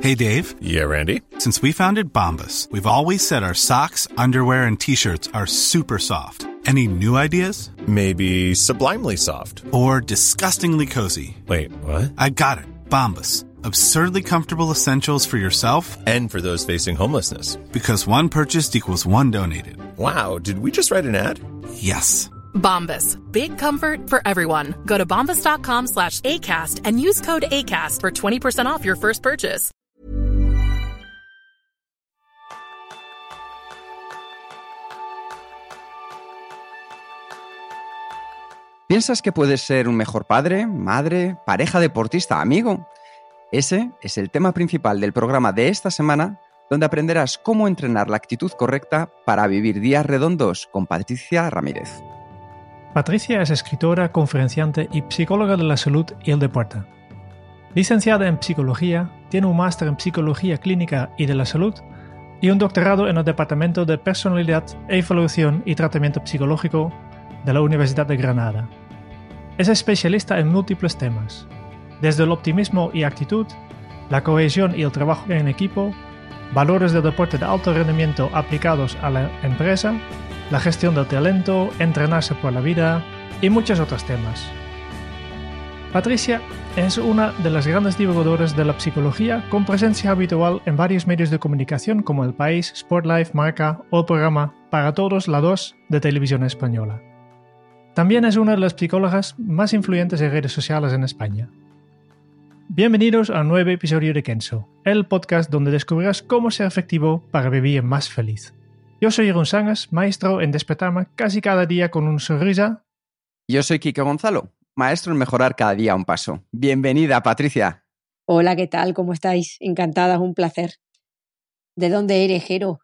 Hey, Dave. Yeah, Randy? Since we founded Bombas, we've always said our socks, underwear, and T-shirts are super soft. Any new ideas? Maybe sublimely soft. Or disgustingly cozy. Wait, what? I got it. Bombas. Absurdly comfortable essentials for yourself And for those facing homelessness. because one purchased equals one donated. Wow, did we just write an ad? Yes. Bombas. Big comfort for everyone. Go to bombas.com/ACAST and use code ACAST for 20% off your first purchase. ¿Piensas que puedes ser un mejor padre, madre, pareja, deportista, amigo? Ese es el tema principal del programa de esta semana, donde aprenderás cómo entrenar la actitud correcta para vivir días redondos con Patricia Ramírez. Patricia es escritora, conferenciante y psicóloga de la salud y el deporte. Licenciada en psicología, tiene un máster en psicología clínica y de la salud y un doctorado en el Departamento de Personalidad, Evaluación y Tratamiento Psicológico de la Universidad de Granada. Es especialista en múltiples temas, desde el optimismo y actitud, la cohesión y el trabajo en equipo, valores del deporte de alto rendimiento aplicados a la empresa, la gestión del talento, entrenarse por la vida y muchos otros temas. Patricia es una de las grandes divulgadoras de la psicología con presencia habitual en varios medios de comunicación como El País, Sportlife, Marca o el programa Para Todos la 2 de Televisión Española. También es una de las psicólogas más influyentes en redes sociales en España. Bienvenidos a un nuevo episodio de Kenso, el podcast donde descubrirás cómo ser efectivo para vivir más feliz. Yo soy Jeroen Sangas, maestro en despertarme casi cada día con un sonrisa. Yo soy Quique Gonzalo, maestro en mejorar cada día un paso. Bienvenida, Patricia. Hola, ¿qué tal? ¿Cómo estáis? Encantada, es un placer. ¿De dónde eres, Jero?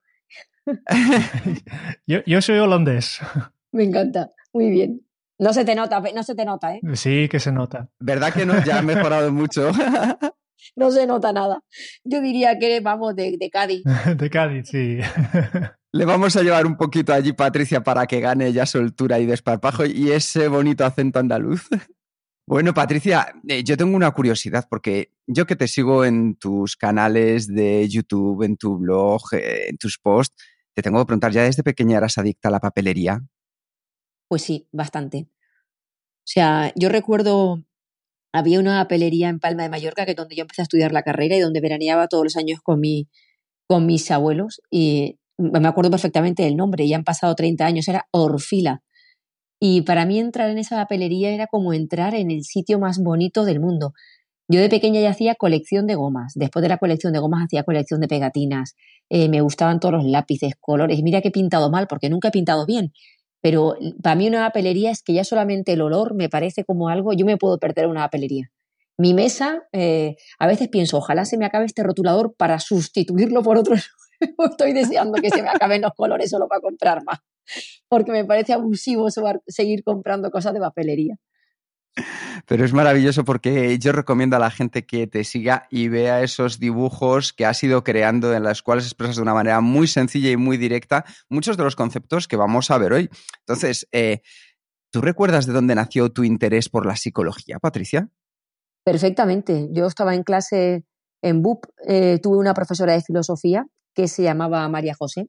Yo soy holandés. Me encanta, muy bien. No se te nota, ¿eh? Sí, que se nota. ¿Verdad que no? Ya ha mejorado mucho. No se nota nada. Yo diría que vamos de Cádiz. De Cádiz, sí. Le vamos a llevar un poquito allí, Patricia, para que gane ya soltura y desparpajo y ese bonito acento andaluz. Bueno, Patricia, yo tengo una curiosidad porque yo que te sigo en tus canales de YouTube, en tu blog, en tus posts, te tengo que preguntar, ¿ya desde pequeña eras adicta a la papelería? Pues sí, bastante. O sea, yo recuerdo, había una papelería en Palma de Mallorca, que es donde yo empecé a estudiar la carrera y donde veraneaba todos los años con mis abuelos. Y me acuerdo perfectamente del nombre, ya han pasado 30 años, era Orfila. Y para mí entrar en esa papelería era como entrar en el sitio más bonito del mundo. Yo de pequeña ya hacía colección de gomas. Después de la colección de gomas hacía colección de pegatinas. Me gustaban todos los lápices, colores. Mira que he pintado mal, porque nunca he pintado bien. Pero para mí una papelería es que ya solamente el olor me parece como algo. Yo me puedo perder en una papelería. Mi mesa, a veces pienso, ojalá se me acabe este rotulador para sustituirlo por otro. Estoy deseando que se me acaben los colores solo para comprar más. Porque me parece abusivo seguir comprando cosas de papelería. Pero es maravilloso porque yo recomiendo a la gente que te siga y vea esos dibujos que has ido creando en los cuales expresas de una manera muy sencilla y muy directa muchos de los conceptos que vamos a ver hoy. Entonces, ¿tú recuerdas de dónde nació tu interés por la psicología, Patricia? Perfectamente. Yo estaba en clase en BUP, tuve una profesora de filosofía que se llamaba María José.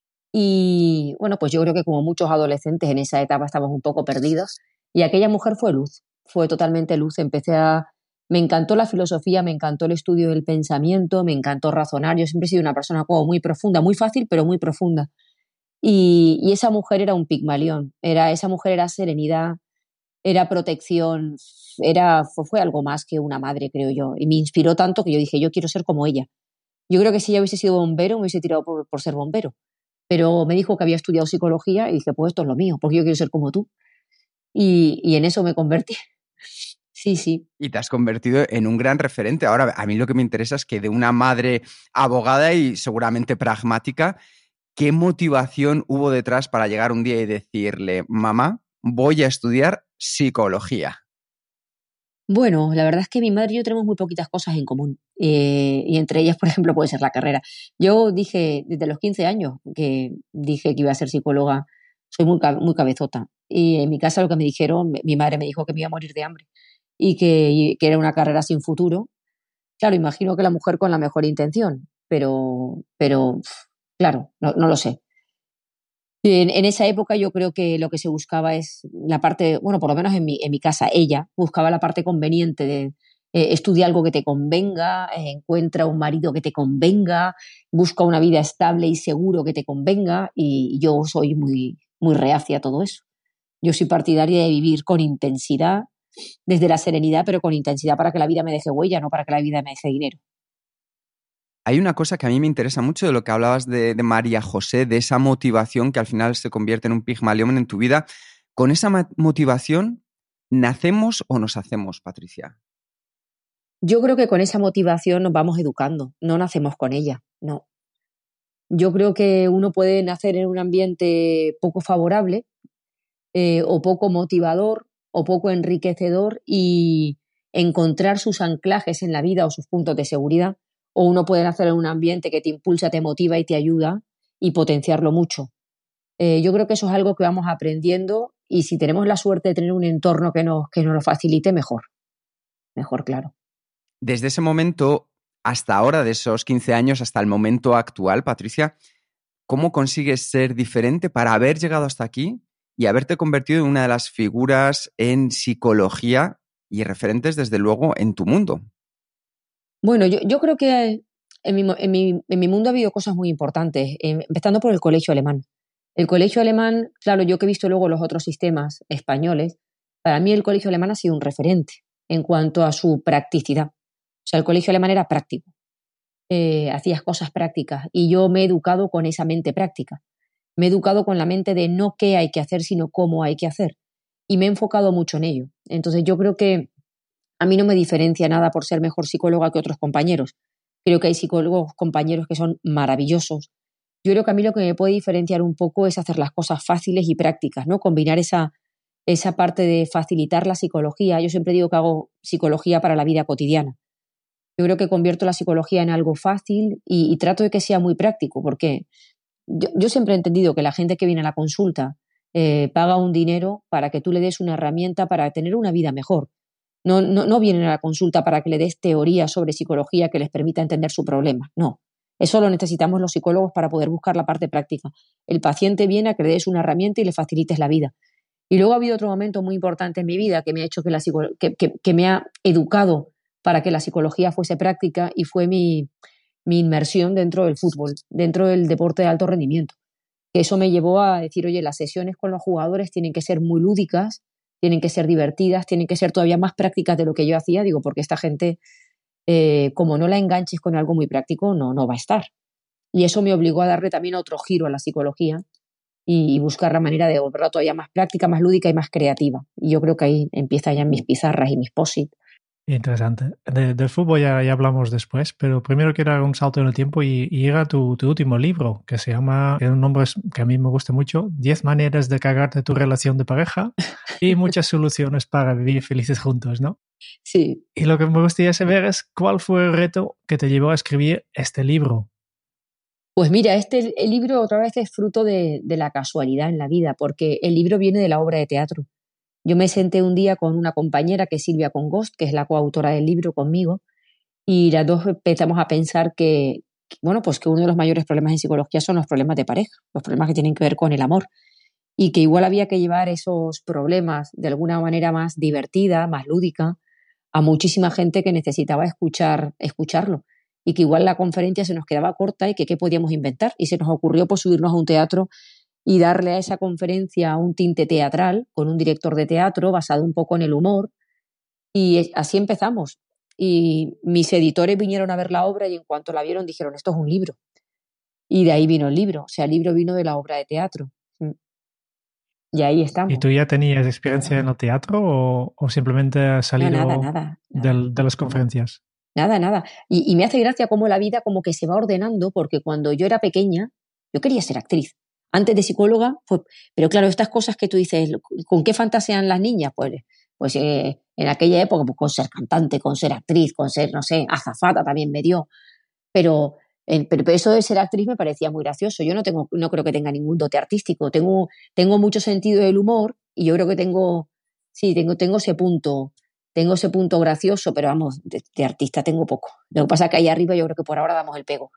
Y bueno, pues yo creo que como muchos adolescentes en esa etapa estamos un poco perdidos. Y aquella mujer fue luz, fue totalmente luz. Me encantó la filosofía, me encantó el estudio del pensamiento, me encantó razonar. Yo siempre he sido una persona como muy profunda, muy fácil, pero muy profunda. Y esa mujer era un pigmalión. Esa mujer era serenidad, era protección, fue algo más que una madre, creo yo. Y me inspiró tanto que yo dije, yo quiero ser como ella. Yo creo que si ella hubiese sido bombero, me hubiese tirado por ser bombero. Pero me dijo que había estudiado psicología y dije, pues esto es lo mío, porque yo quiero ser como tú. Y en eso me convertí. Sí, sí. Y te has convertido en un gran referente. Ahora, a mí lo que me interesa es que de una madre abogada y seguramente pragmática, ¿qué motivación hubo detrás para llegar un día y decirle, mamá, voy a estudiar psicología? Bueno, la verdad es que mi madre y yo tenemos muy poquitas cosas en común. Y entre ellas, por ejemplo, puede ser la carrera. Yo dije, desde los 15 años, que dije que iba a ser psicóloga. Soy muy cabezota. Y en mi casa lo que me dijeron, mi madre me dijo que me iba a morir de hambre y que era una carrera sin futuro. Claro, imagino que la mujer con la mejor intención, pero claro, no lo sé. En esa época yo creo que lo que se buscaba es la parte, bueno, por lo menos en mi casa, ella buscaba la parte conveniente de estudia algo que te convenga, encuentra un marido que te convenga, busca una vida estable y seguro que te convenga, y yo soy muy, muy reacia a todo eso. Yo soy partidaria de vivir con intensidad, desde la serenidad, pero con intensidad para que la vida me deje huella, no para que la vida me deje dinero. Hay una cosa que a mí me interesa mucho de lo que hablabas de María José, de esa motivación que al final se convierte en un Pigmalión en tu vida. ¿Con esa motivación nacemos o nos hacemos, Patricia? Yo creo que con esa motivación nos vamos educando, no nacemos con ella, no. Yo creo que uno puede nacer en un ambiente poco favorable o poco motivador o poco enriquecedor y encontrar sus anclajes en la vida o sus puntos de seguridad, o uno puede nacer en un ambiente que te impulsa, te motiva y te ayuda y potenciarlo mucho. Yo creo que eso es algo que vamos aprendiendo y si tenemos la suerte de tener un entorno que nos lo facilite, mejor. Mejor, claro. Desde ese momento hasta ahora, de esos 15 años hasta el momento actual, Patricia, ¿cómo consigues ser diferente para haber llegado hasta aquí y haberte convertido en una de las figuras en psicología y referentes, desde luego, en tu mundo? Bueno, yo creo que en mi mundo ha habido cosas muy importantes, empezando por el colegio alemán. El colegio alemán, claro, yo que he visto luego los otros sistemas españoles, para mí el colegio alemán ha sido un referente en cuanto a su practicidad. O sea, el colegio alemán era práctico, hacías cosas prácticas y yo me he educado con esa mente práctica. Me he educado con la mente de no qué hay que hacer, sino cómo hay que hacer. Y me he enfocado mucho en ello. Entonces yo creo que a mí no me diferencia nada por ser mejor psicóloga que otros compañeros. Creo que hay psicólogos compañeros que son maravillosos. Yo creo que a mí lo que me puede diferenciar un poco es hacer las cosas fáciles y prácticas, ¿no? Combinar esa parte de facilitar la psicología. Yo siempre digo que hago psicología para la vida cotidiana. Yo creo que convierto la psicología en algo fácil y trato de que sea muy práctico, porque yo siempre he entendido que la gente que viene a la consulta paga un dinero para que tú le des una herramienta para tener una vida mejor. No vienen a la consulta para que le des teoría sobre psicología que les permita entender su problema. No. Eso lo necesitamos los psicólogos para poder buscar la parte práctica. El paciente viene a que le des una herramienta y le facilites la vida. Y luego ha habido otro momento muy importante en mi vida que me ha hecho que me ha educado para que la psicología fuese práctica y fue mi inmersión dentro del fútbol, dentro del deporte de alto rendimiento. Eso me llevó a decir, oye, las sesiones con los jugadores tienen que ser muy lúdicas, tienen que ser divertidas, tienen que ser todavía más prácticas de lo que yo hacía, digo, porque esta gente, como no la enganches con algo muy práctico, no va a estar. Y eso me obligó a darle también otro giro a la psicología y buscar la manera de volverla todavía más práctica, más lúdica y más creativa. Y yo creo que ahí empiezan ya mis pizarras y mis post-it. Interesante. Del fútbol ya hablamos después, pero primero quiero dar un salto en el tiempo y llega tu último libro, que se llama, tiene un nombre que a mí me gusta mucho, 10 maneras de cagarte tu relación de pareja y muchas soluciones para vivir felices juntos, ¿no? Sí. Y lo que me gustaría saber es cuál fue el reto que te llevó a escribir este libro. Pues mira, el libro otra vez es fruto de la casualidad en la vida, porque el libro viene de la obra de teatro. Yo me senté un día con una compañera que es Silvia Congost, que es la coautora del libro conmigo, y las dos empezamos a pensar que uno de los mayores problemas en psicología son los problemas de pareja, los problemas que tienen que ver con el amor, y que igual había que llevar esos problemas de alguna manera más divertida, más lúdica, a muchísima gente que necesitaba escucharlo, y que igual la conferencia se nos quedaba corta y que qué podíamos inventar, y se nos ocurrió pues subirnos a un teatro y darle a esa conferencia un tinte teatral con un director de teatro basado un poco en el humor. Y así empezamos. Y mis editores vinieron a ver la obra y en cuanto la vieron dijeron, esto es un libro. Y de ahí vino el libro. O sea, el libro vino de la obra de teatro. Y ahí estamos. ¿Y tú ya tenías experiencia en el teatro o simplemente has salido Nada. De las conferencias? Nada. Y me hace gracia cómo la vida como que se va ordenando, porque cuando yo era pequeña, yo quería ser actriz. Antes de psicóloga, pero claro, estas cosas que tú dices, ¿con qué fantasean las niñas? Pues en aquella época, pues con ser cantante, con ser actriz, con ser, no sé, azafata también me dio. Pero eso de ser actriz me parecía muy gracioso. Yo no creo que tenga ningún dote artístico. Tengo mucho sentido del humor y yo creo que tengo ese punto tengo ese punto gracioso, pero vamos, de artista tengo poco. Lo que pasa es que ahí arriba yo creo que por ahora damos el pego.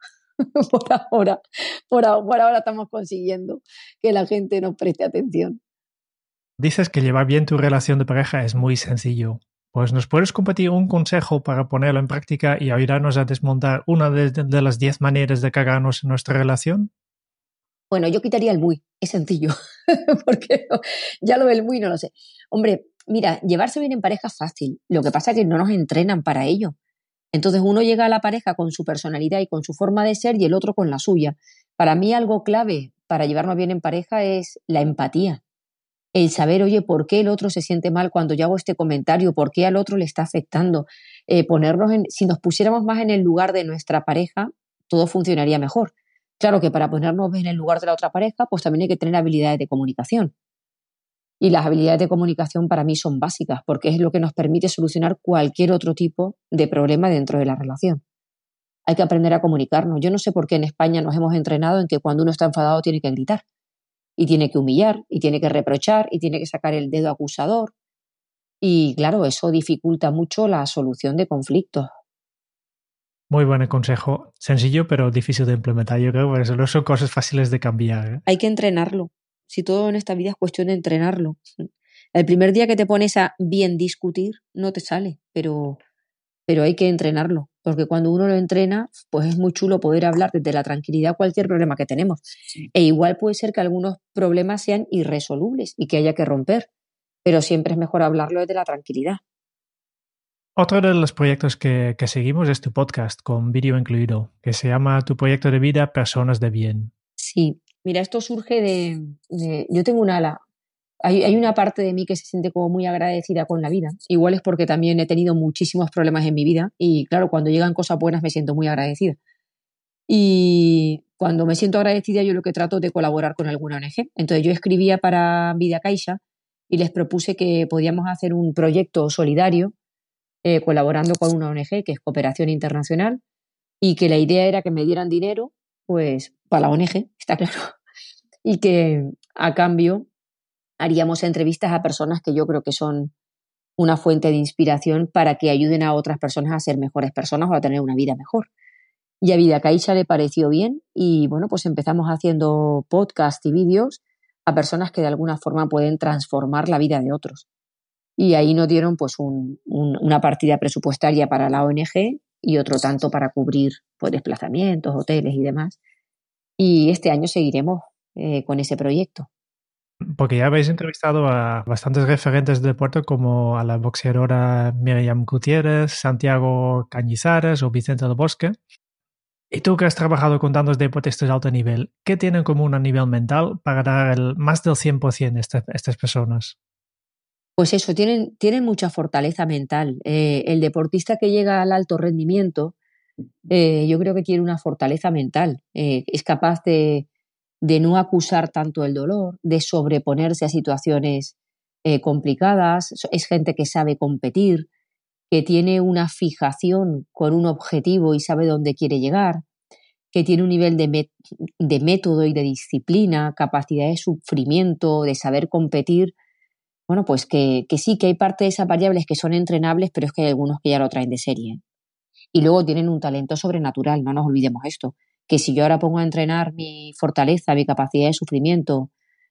por ahora estamos consiguiendo que la gente nos preste atención. Dices que llevar bien tu relación de pareja es muy sencillo. Pues ¿nos puedes compartir un consejo para ponerlo en práctica y ayudarnos a desmontar una de las 10 maneras de cagarnos en nuestra relación? Bueno, yo quitaría el muy, es sencillo, porque ya lo del muy no lo sé. Hombre, mira, llevarse bien en pareja es fácil, lo que pasa es que no nos entrenan para ello. Entonces uno llega a la pareja con su personalidad y con su forma de ser y el otro con la suya. Para mí algo clave para llevarnos bien en pareja es la empatía. El saber, oye, ¿por qué el otro se siente mal cuando yo hago este comentario? ¿Por qué al otro le está afectando? Si nos pusiéramos más en el lugar de nuestra pareja, todo funcionaría mejor. Claro que para ponernos en el lugar de la otra pareja, pues también hay que tener habilidades de comunicación. Y las habilidades de comunicación para mí son básicas, porque es lo que nos permite solucionar cualquier otro tipo de problema dentro de la relación. Hay que aprender a comunicarnos. Yo no sé por qué en España nos hemos entrenado en que cuando uno está enfadado tiene que gritar. Y tiene que humillar, y tiene que reprochar, y tiene que sacar el dedo acusador. Y claro, eso dificulta mucho la solución de conflictos. Muy buen consejo. Sencillo, pero difícil de implementar. Yo creo que no son cosas fáciles de cambiar, ¿eh? Hay que entrenarlo. Si todo en esta vida es cuestión de entrenarlo. El primer día que te pones a bien discutir, no te sale, pero hay que entrenarlo. Porque cuando uno lo entrena, pues es muy chulo poder hablar desde la tranquilidad cualquier problema que tenemos. Sí. E igual puede ser que algunos problemas sean irresolubles y que haya que romper, pero siempre es mejor hablarlo desde la tranquilidad. Otro de los proyectos que seguimos es tu podcast, con vídeo incluido, que se llama Tu proyecto de vida, Personas de Bien. Sí, mira, esto surge de yo tengo un ala. Hay una parte de mí que se siente como muy agradecida con la vida. Igual es porque también he tenido muchísimos problemas en mi vida y claro, cuando llegan cosas buenas me siento muy agradecida. Y cuando me siento agradecida yo lo que trato es de colaborar con alguna ONG. Entonces yo escribía para Vida Caixa y les propuse que podíamos hacer un proyecto solidario colaborando con una ONG que es Cooperación Internacional y que la idea era que me dieran dinero pues para la ONG, está claro, y que a cambio haríamos entrevistas a personas que yo creo que son una fuente de inspiración para que ayuden a otras personas a ser mejores personas o a tener una vida mejor. Y a Vida Caixa le pareció bien y bueno, pues empezamos haciendo podcast y vídeos a personas que de alguna forma pueden transformar la vida de otros. Y ahí nos dieron pues una partida presupuestaria para la ONG y otro tanto para cubrir pues, desplazamientos, hoteles y demás. Y este año seguiremos con ese proyecto. Porque ya habéis entrevistado a bastantes referentes del deporte como a la boxeadora Miriam Gutiérrez, Santiago Cañizares o Vicente del Bosque. Y tú que has trabajado con tantos deportistas de alto nivel, ¿qué tienen en común a nivel mental para dar más del 100% estas personas? Pues eso, tienen mucha fortaleza mental. El deportista que llega al alto rendimiento, yo creo que tiene una fortaleza mental. Es capaz de no acusar tanto el dolor, de sobreponerse a situaciones complicadas. Es gente que sabe competir, que tiene una fijación con un objetivo y sabe dónde quiere llegar, que tiene un nivel de método y de disciplina, capacidad de sufrimiento, de saber competir. Bueno, pues que sí, que hay parte de esas variables que son entrenables, pero es que hay algunos que ya lo traen de serie. Y luego tienen un talento sobrenatural, no nos olvidemos esto. Que si yo ahora pongo a entrenar mi fortaleza, mi capacidad de sufrimiento,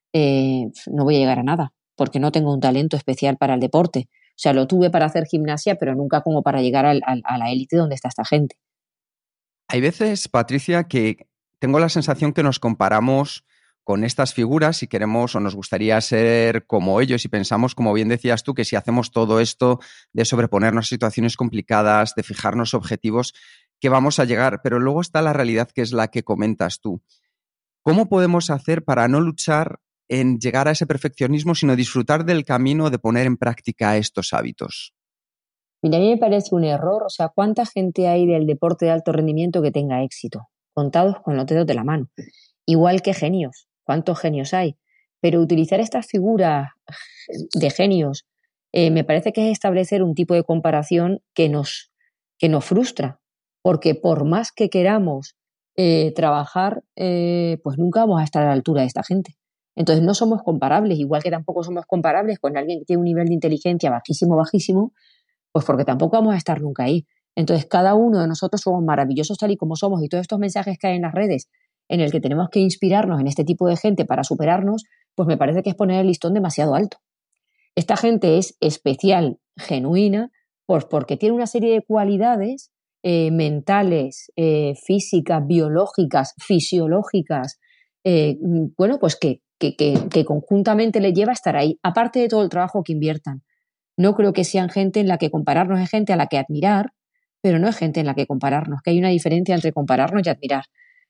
no voy a llegar a nada, porque no tengo un talento especial para el deporte. O sea, lo tuve para hacer gimnasia, pero nunca como para llegar a la élite donde está esta gente. Hay veces, Patricia, que tengo la sensación que nos comparamos con estas figuras y queremos o nos gustaría ser como ellos y pensamos, como bien decías tú, que si hacemos todo esto de sobreponernos a situaciones complicadas, de fijarnos objetivos, que vamos a llegar. Pero luego está la realidad que es la que comentas tú. ¿Cómo podemos hacer para no luchar en llegar a ese perfeccionismo, sino disfrutar del camino de poner en práctica estos hábitos? Mira, a mí me parece un error. O sea, ¿cuánta gente hay del deporte de alto rendimiento que tenga éxito? Contados con los dedos de la mano. Igual que genios. ¿Cuántos genios hay? Pero utilizar estas figuras de genios me parece que es establecer un tipo de comparación que nos frustra. Porque por más que queramos trabajar, pues nunca vamos a estar a la altura de esta gente. Entonces no somos comparables, igual que tampoco somos comparables con alguien que tiene un nivel de inteligencia bajísimo, Pues porque tampoco vamos a estar nunca ahí. Entonces, cada uno de nosotros somos maravillosos tal y como somos, y todos estos mensajes que hay en las redes en el que tenemos que inspirarnos en este tipo de gente para superarnos, pues me parece que es poner el listón demasiado alto. Esta gente es especial, genuina, pues porque tiene una serie de cualidades mentales, físicas, biológicas, fisiológicas, bueno, pues que conjuntamente le lleva a estar ahí, aparte de todo el trabajo que inviertan. No creo que sean gente en la que compararnos, es gente a la que admirar, pero no es gente en la que compararnos, que hay una diferencia entre compararnos y admirar.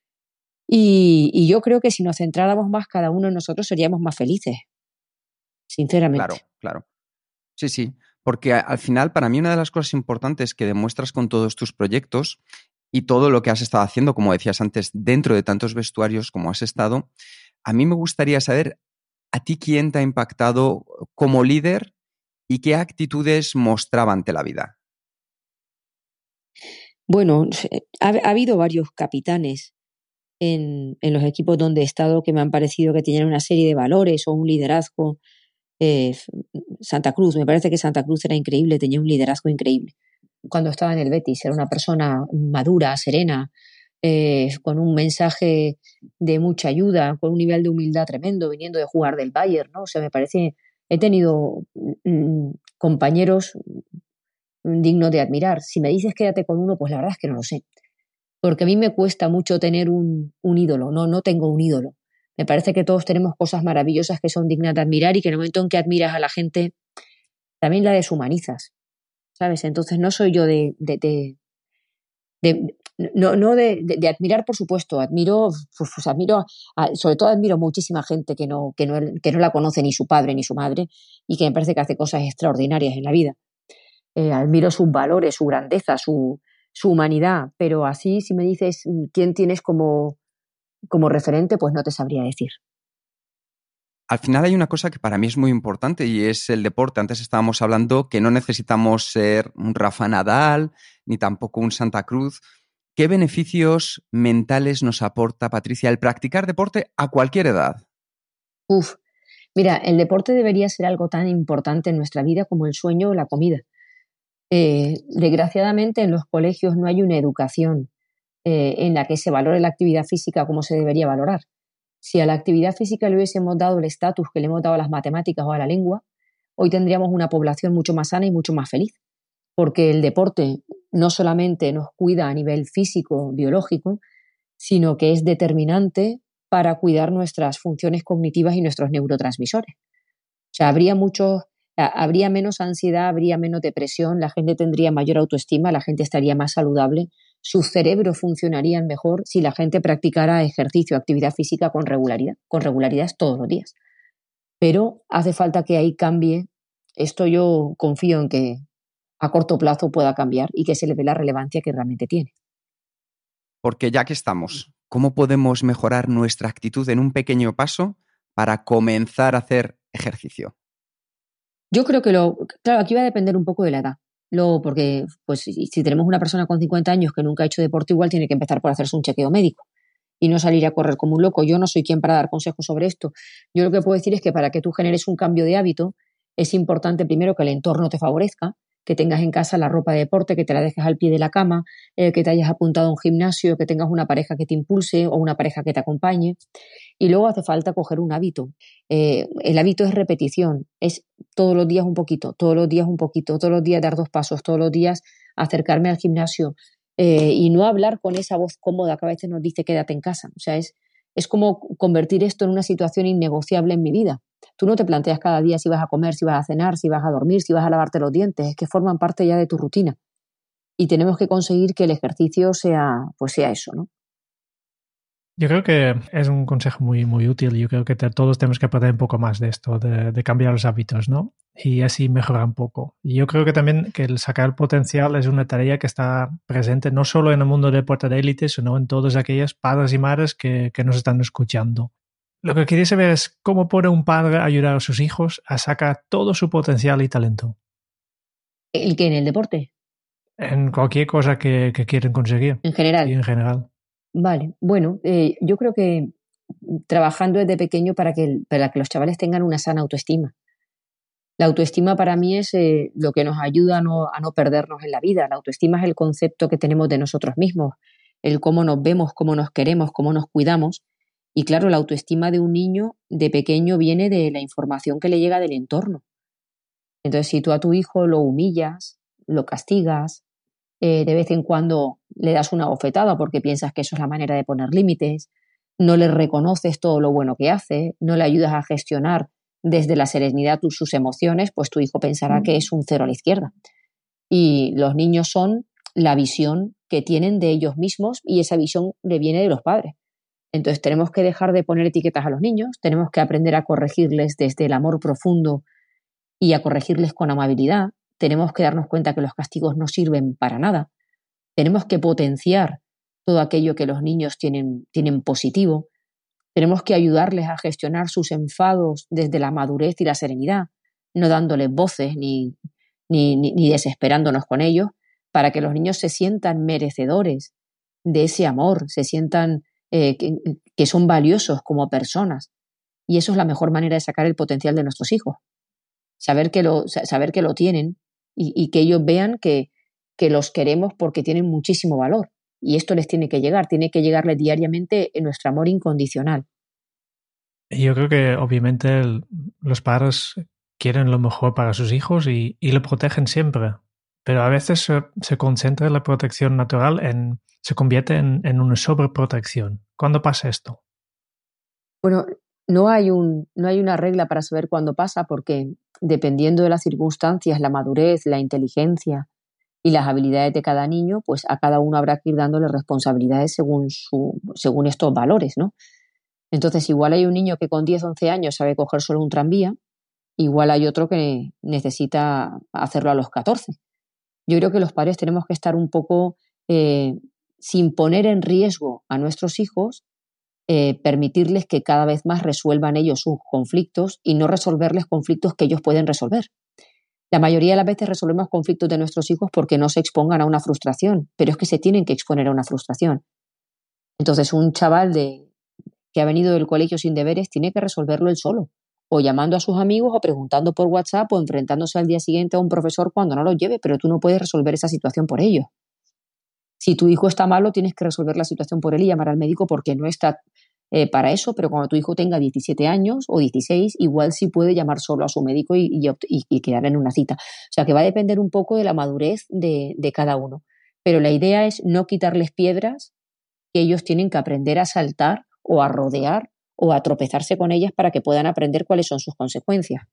Y yo creo que si nos centráramos más cada uno en nosotros seríamos más felices, sinceramente. Claro. Sí, porque al final para mí una de las cosas importantes que demuestras con todos tus proyectos y todo lo que has estado haciendo, como decías antes, dentro de tantos vestuarios como has estado, a mí me gustaría saber a ti quién te ha impactado como líder y qué actitudes mostraba ante la vida. Bueno, ha habido varios capitanes en los equipos donde he estado que me han parecido que tenían una serie de valores o un liderazgo. Santa Cruz, me parece que Santa Cruz era increíble, tenía un liderazgo increíble. Cuando estaba en el Betis era una persona madura, serena, con un mensaje de mucha ayuda, con un nivel de humildad tremendo, viniendo de jugar del Bayern, ¿no? O sea, me parece, he tenido compañeros dignos de admirar. Si me dices quédate con uno, pues la verdad es que no lo sé. Porque a mí me cuesta mucho tener un ídolo, no tengo un ídolo. Me parece que todos tenemos cosas maravillosas que son dignas de admirar y que en el momento en que admiras a la gente, también la deshumanizas, ¿sabes? Entonces no soy yo de admirar, por supuesto, admiro, sobre todo admiro muchísima gente que no la conoce ni su padre ni su madre y que me parece que hace cosas extraordinarias en la vida. Admiro sus valores, su grandeza, su humanidad, pero así si me dices quién tienes como referente, pues no te sabría decir. Al final hay una cosa que para mí es muy importante y es el deporte. Antes estábamos hablando que no necesitamos ser un Rafa Nadal ni tampoco un Santa Cruz. ¿Qué beneficios mentales nos aporta, Patricia, el practicar deporte a cualquier edad? Mira, el deporte debería ser algo tan importante en nuestra vida como el sueño o la comida. Desgraciadamente en los colegios no hay una educación en la que se valore la actividad física como se debería valorar. Si a la actividad física le hubiésemos dado el estatus que le hemos dado a las matemáticas o a la lengua, hoy tendríamos una población mucho más sana y mucho más feliz, porque el deporte no solamente nos cuida a nivel físico, biológico, sino que es determinante para cuidar nuestras funciones cognitivas y nuestros neurotransmisores. O sea, habría menos ansiedad, habría menos depresión, la gente tendría mayor autoestima, la gente estaría más saludable, sus cerebros funcionarían mejor si la gente practicara ejercicio, actividad física con regularidad todos los días. Pero hace falta que ahí cambie. Esto yo confío en que a corto plazo pueda cambiar y que se le dé la relevancia que realmente tiene. Porque ya que estamos, ¿cómo podemos mejorar nuestra actitud en un pequeño paso para comenzar a hacer ejercicio? Yo creo que claro, aquí va a depender un poco de la edad. Porque pues, si tenemos una persona con 50 años que nunca ha hecho deporte, igual tiene que empezar por hacerse un chequeo médico y no salir a correr como un loco. Yo no soy quien para dar consejos sobre esto. Yo lo que puedo decir es que para que tú generes un cambio de hábito, es importante primero que el entorno te favorezca, que tengas en casa la ropa de deporte, que te la dejes al pie de la cama, que te hayas apuntado a un gimnasio, que tengas una pareja que te impulse o una pareja que te acompañe. Y luego hace falta coger un hábito. El hábito es repetición, es todos los días un poquito, todos los días un poquito, todos los días dar 2 pasos, todos los días acercarme al gimnasio y no hablar con esa voz cómoda que a veces nos dice quédate en casa. O sea, es como convertir esto en una situación innegociable en mi vida. Tú no te planteas cada día si vas a comer, si vas a cenar, si vas a dormir, si vas a lavarte los dientes, es que forman parte ya de tu rutina. Y tenemos que conseguir que el ejercicio sea eso, ¿no? Yo creo que es un consejo muy, muy útil. Yo creo que todos tenemos que aprender un poco más de esto, de cambiar los hábitos, ¿no? Y así mejorar un poco. Y yo creo que también que el sacar el potencial es una tarea que está presente no solo en el mundo del deporte de élite, sino en todos aquellos padres y madres que nos están escuchando. Lo que quería saber es cómo puede un padre ayudar a sus hijos a sacar todo su potencial y talento. ¿El qué? ¿En el deporte? En cualquier cosa que quieren conseguir. En general. Sí, en general. Vale, bueno, yo creo que trabajando desde pequeño para que los chavales tengan una sana autoestima. La autoestima para mí es lo que nos ayuda a no perdernos en la vida. La autoestima es el concepto que tenemos de nosotros mismos, el cómo nos vemos, cómo nos queremos, cómo nos cuidamos. Y claro, la autoestima de un niño de pequeño viene de la información que le llega del entorno. Entonces, si tú a tu hijo lo humillas, lo castigas, de vez en cuando le das una bofetada porque piensas que eso es la manera de poner límites, no le reconoces todo lo bueno que hace, no le ayudas a gestionar desde la serenidad sus emociones, pues tu hijo pensará que es un cero a la izquierda. Y los niños son la visión que tienen de ellos mismos y esa visión le viene de los padres. Entonces tenemos que dejar de poner etiquetas a los niños, tenemos que aprender a corregirles desde el amor profundo y a corregirles con amabilidad. Tenemos que darnos cuenta que los castigos no sirven para nada. Tenemos que potenciar todo aquello que los niños tienen positivo. Tenemos que ayudarles a gestionar sus enfados desde la madurez y la serenidad, no dándoles voces ni desesperándonos con ellos, para que los niños se sientan merecedores de ese amor, se sientan que son valiosos como personas. Y eso es la mejor manera de sacar el potencial de nuestros hijos. Saber que lo tienen y que ellos vean que los queremos porque tienen muchísimo valor. Y esto les tiene que llegarles diariamente en nuestro amor incondicional. Yo creo que obviamente los padres quieren lo mejor para sus hijos y lo protegen siempre. Pero a veces se concentra la protección natural se convierte en una sobreprotección. ¿Cuándo pasa esto? Bueno, no hay una regla para saber cuándo pasa porque dependiendo de las circunstancias, la madurez, la inteligencia y las habilidades de cada niño, pues a cada uno habrá que ir dándole responsabilidades según estos valores, ¿no? Entonces, igual hay un niño que con 10, 11 años sabe coger solo un tranvía, igual hay otro que necesita hacerlo a los 14. Yo creo que los padres tenemos que estar un poco sin poner en riesgo a nuestros hijos, permitirles que cada vez más resuelvan ellos sus conflictos y no resolverles conflictos que ellos pueden resolver. La mayoría de las veces resolvemos conflictos de nuestros hijos porque no se expongan a una frustración, pero es que se tienen que exponer a una frustración. Entonces, un chaval que ha venido del colegio sin deberes tiene que resolverlo él solo, o llamando a sus amigos, o preguntando por WhatsApp, o enfrentándose al día siguiente a un profesor cuando no lo lleve, pero tú no puedes resolver esa situación por ellos. Si tu hijo está malo, tienes que resolver la situación por él y llamar al médico porque no está para eso, pero cuando tu hijo tenga 17 años o 16, igual sí puede llamar solo a su médico y quedar en una cita. O sea, que va a depender un poco de la madurez de cada uno. Pero la idea es no quitarles piedras que ellos tienen que aprender a saltar o a rodear o a tropezarse con ellas para que puedan aprender cuáles son sus consecuencias.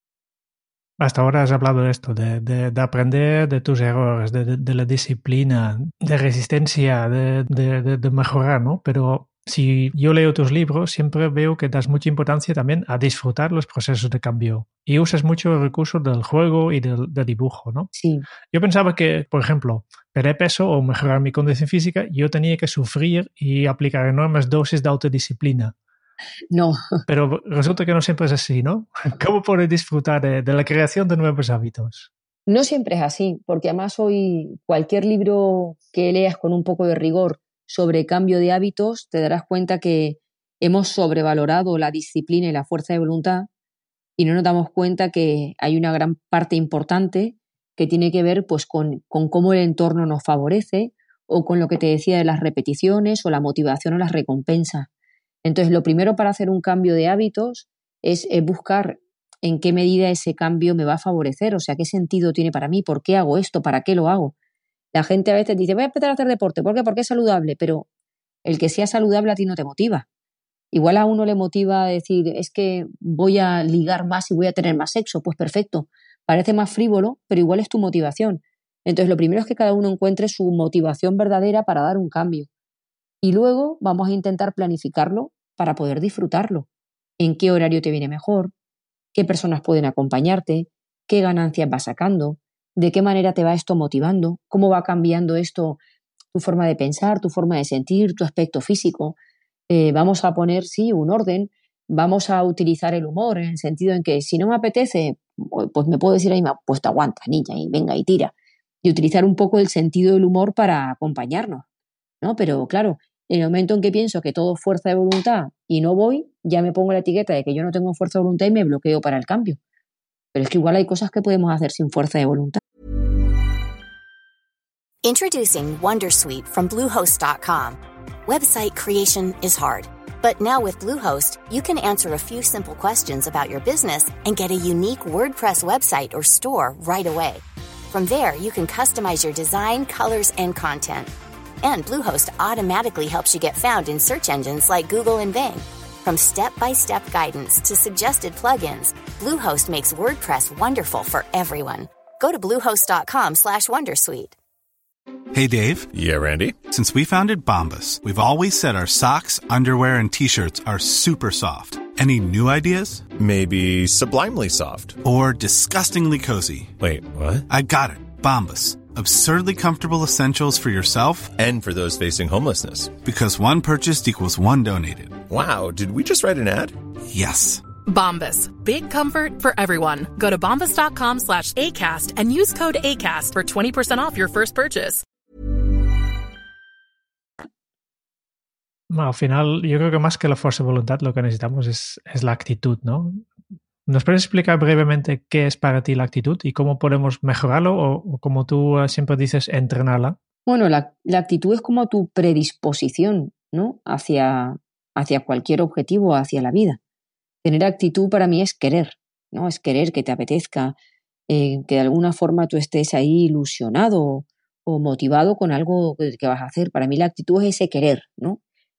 Hasta ahora has hablado de esto, de aprender de tus errores, de la disciplina, de resistencia, de mejorar, ¿no? Pero si yo leo tus libros, siempre veo que das mucha importancia también a disfrutar los procesos de cambio y usas mucho el recurso del juego y del dibujo, ¿no? Sí. Yo pensaba que, por ejemplo, perder peso o mejorar mi condición física, yo tenía que sufrir y aplicar enormes dosis de autodisciplina. No. Pero resulta que no siempre es así, ¿no? ¿Cómo puedes disfrutar de la creación de nuevos hábitos? No siempre es así, porque además hoy cualquier libro que leas con un poco de rigor sobre cambio de hábitos, te darás cuenta que hemos sobrevalorado la disciplina y la fuerza de voluntad y no nos damos cuenta que hay una gran parte importante que tiene que ver pues, con cómo el entorno nos favorece o con lo que te decía de las repeticiones o la motivación o las recompensas. Entonces, lo primero para hacer un cambio de hábitos es buscar en qué medida ese cambio me va a favorecer, o sea, qué sentido tiene para mí, por qué hago esto, para qué lo hago. La gente a veces dice, voy a empezar a hacer deporte, ¿por qué? Porque es saludable, pero el que sea saludable a ti no te motiva. Igual a uno le motiva a decir, es que voy a ligar más y voy a tener más sexo, pues perfecto, parece más frívolo, pero igual es tu motivación. Entonces, lo primero es que cada uno encuentre su motivación verdadera para dar un cambio. Y luego vamos a intentar planificarlo para poder disfrutarlo. ¿En qué horario te viene mejor? ¿Qué personas pueden acompañarte? ¿Qué ganancias vas sacando? ¿De qué manera te va esto motivando? ¿Cómo va cambiando esto tu forma de pensar, tu forma de sentir, tu aspecto físico? Vamos a poner, sí, un orden. Vamos a utilizar el humor en el sentido en que si no me apetece, pues me puedo decir ahí, pues te aguanta, niña, y venga y tira. Y utilizar un poco el sentido del humor para acompañarnos, ¿no? Pero claro, en el momento en que pienso que todo es fuerza de voluntad y no voy, ya me pongo la etiqueta de que yo no tengo fuerza de voluntad y me bloqueo para el cambio. Pero es que igual hay cosas que podemos hacer sin fuerza de voluntad. Introducing Wondersuite from Bluehost.com. Website creation is hard, but now with Bluehost, you can answer a few simple questions about your business and get a unique WordPress website or store right away. From there, you can customize your design, colors, and content. And Bluehost automatically helps you get found in search engines like Google and Bing. From step-by-step guidance to suggested plugins, Bluehost makes WordPress wonderful for everyone. Go to bluehost.com/wondersuite. Hey, Dave. Yeah, Randy? Since we founded Bombas, we've always said our socks, underwear, and T-shirts are super soft. Any new ideas? Maybe sublimely soft. Or disgustingly cozy? Wait, what? I got it. Bombas. Absurdly comfortable essentials for yourself And for those facing homelessness. because one purchased equals one donated. Wow, did we just write an ad? Yes. Bombas. Big comfort for everyone. Go to bombas.com/ACAST and use code ACAST for 20% off your first purchase. No, al final, yo creo que más que la fuerza de voluntad, lo que necesitamos es la actitud, ¿no? ¿Nos puedes explicar brevemente qué es para ti la actitud y cómo podemos mejorarlo o como tú siempre dices, entrenarla? Bueno, la actitud es como tu predisposición, ¿no? hacia cualquier objetivo, hacia la vida. Tener actitud para mí es querer, ¿no? Es querer que te apetezca, que de alguna forma tú estés ahí ilusionado o motivado con algo que vas a hacer. Para mí la actitud es ese querer, ¿no?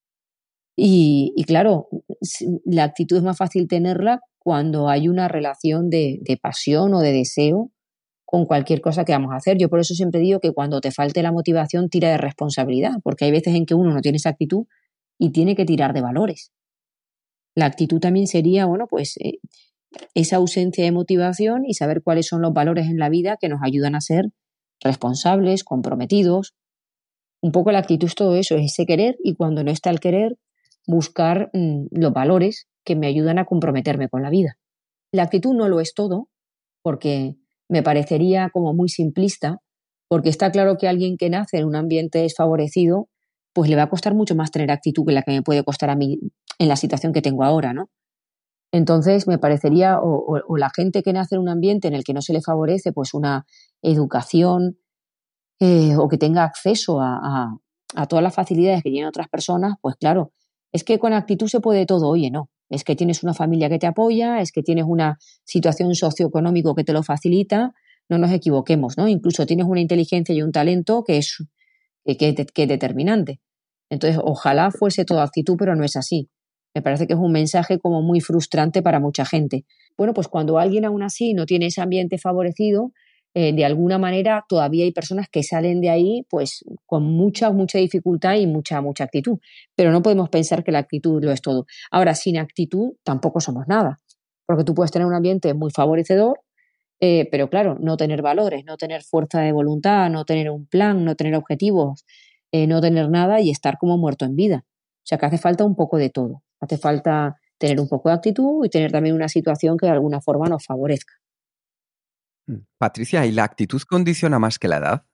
Y claro, la actitud es más fácil tenerla cuando hay una relación de pasión o de deseo con cualquier cosa que vamos a hacer. Yo por eso siempre digo que cuando te falte la motivación, tira de responsabilidad, porque hay veces en que uno no tiene esa actitud y tiene que tirar de valores. La actitud también sería, bueno, pues esa ausencia de motivación y saber cuáles son los valores en la vida que nos ayudan a ser responsables, comprometidos. Un poco la actitud es todo eso, es ese querer, y cuando no está el querer, buscar los valores que me ayudan a comprometerme con la vida. La actitud no lo es todo, porque me parecería como muy simplista, porque está claro que alguien que nace en un ambiente desfavorecido, pues le va a costar mucho más tener actitud que la que me puede costar a mí en la situación que tengo ahora, ¿no? Entonces me parecería, o la gente que nace en un ambiente en el que no se le favorece pues una educación o que tenga acceso a todas las facilidades que tienen otras personas, pues claro, es que con actitud se puede todo. Oye, no, es que tienes una familia que te apoya, es que tienes una situación socioeconómica que te lo facilita, no nos equivoquemos, ¿no? Incluso tienes una inteligencia y un talento que es determinante. Entonces, ojalá fuese todo actitud, pero no es así. Me parece que es un mensaje como muy frustrante para mucha gente. Bueno, pues cuando alguien aún así no tiene ese ambiente favorecido, de alguna manera todavía hay personas que salen de ahí pues con mucha dificultad y mucha actitud. Pero no podemos pensar que la actitud lo es todo. Ahora, sin actitud tampoco somos nada, porque tú puedes tener un ambiente muy favorecedor, pero claro, no tener valores, no tener fuerza de voluntad, no tener un plan, no tener objetivos, no tener nada y estar como muerto en vida. O sea que hace falta un poco de todo. Hace falta tener un poco de actitud y tener también una situación que de alguna forma nos favorezca. Patricia, ¿y la actitud condiciona más que la edad?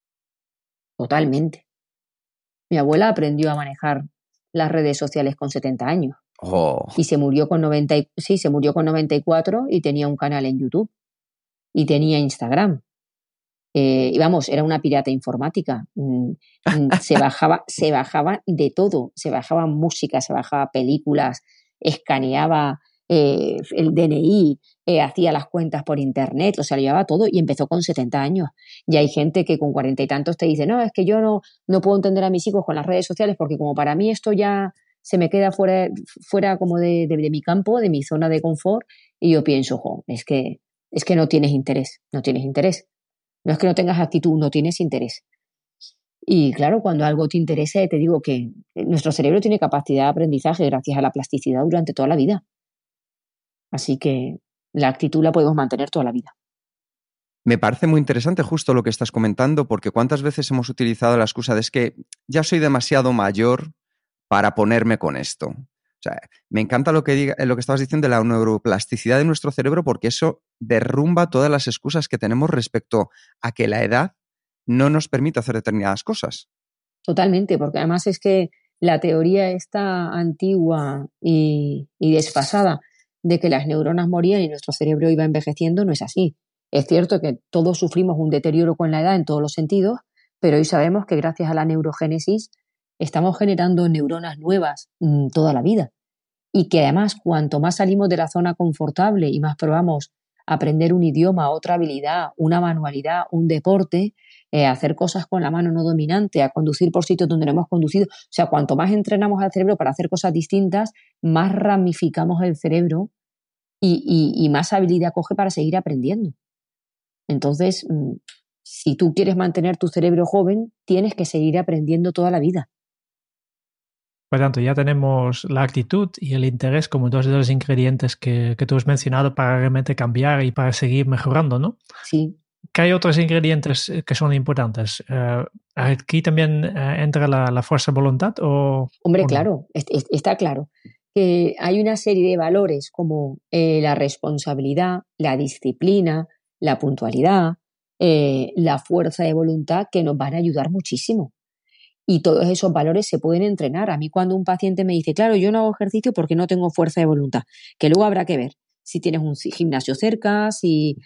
Totalmente. Mi abuela aprendió a manejar las redes sociales con 70 años. Oh. Y se murió con 94 y tenía un canal en YouTube. Y tenía Instagram. Y vamos, era una pirata informática. Se bajaba de todo. Se bajaba música, se bajaba películas, escaneaba el DNI, hacía las cuentas por internet, lo llevaba todo y empezó con 70 años. Y hay gente que con 40 y tantos te dice, no, es que yo no puedo entender a mis hijos con las redes sociales porque como para mí esto ya se me queda fuera como de mi campo, de mi zona de confort. Y yo pienso, es que no tienes interés. No es que no tengas actitud, no tienes interés. Y claro, cuando algo te interesa, te digo que nuestro cerebro tiene capacidad de aprendizaje gracias a la plasticidad durante toda la vida. Así que la actitud la podemos mantener toda la vida. Me parece muy interesante justo lo que estás comentando, porque cuántas veces hemos utilizado la excusa de es que ya soy demasiado mayor para ponerme con esto. O sea, me encanta lo que estabas diciendo de la neuroplasticidad de nuestro cerebro, porque eso derrumba todas las excusas que tenemos respecto a que la edad no nos permite hacer determinadas cosas. Totalmente, porque además es que la teoría está antigua y desfasada de que las neuronas morían y nuestro cerebro iba envejeciendo, no es así. Es cierto que todos sufrimos un deterioro con la edad en todos los sentidos, pero hoy sabemos que gracias a la neurogénesis estamos generando neuronas nuevas toda la vida. Y que además, cuanto más salimos de la zona confortable y más probamos aprender un idioma, otra habilidad, una manualidad, un deporte, hacer cosas con la mano no dominante, a conducir por sitios donde no hemos conducido. O sea, cuanto más entrenamos al cerebro para hacer cosas distintas, más ramificamos el cerebro y más habilidad coge para seguir aprendiendo. Entonces, si tú quieres mantener tu cerebro joven, tienes que seguir aprendiendo toda la vida. Por tanto, ya tenemos la actitud y el interés como dos de los ingredientes que tú has mencionado para realmente cambiar y para seguir mejorando, ¿no? Sí. ¿Qué hay otros ingredientes que son importantes? ¿Aquí también entra la fuerza de voluntad? Hombre, no? Claro, está claro que hay una serie de valores como la responsabilidad, la disciplina, la puntualidad, la fuerza de voluntad que nos van a ayudar muchísimo. Y todos esos valores se pueden entrenar. A mí cuando un paciente me dice, claro, yo no hago ejercicio porque no tengo fuerza de voluntad, que luego habrá que ver si tienes un gimnasio cerca, si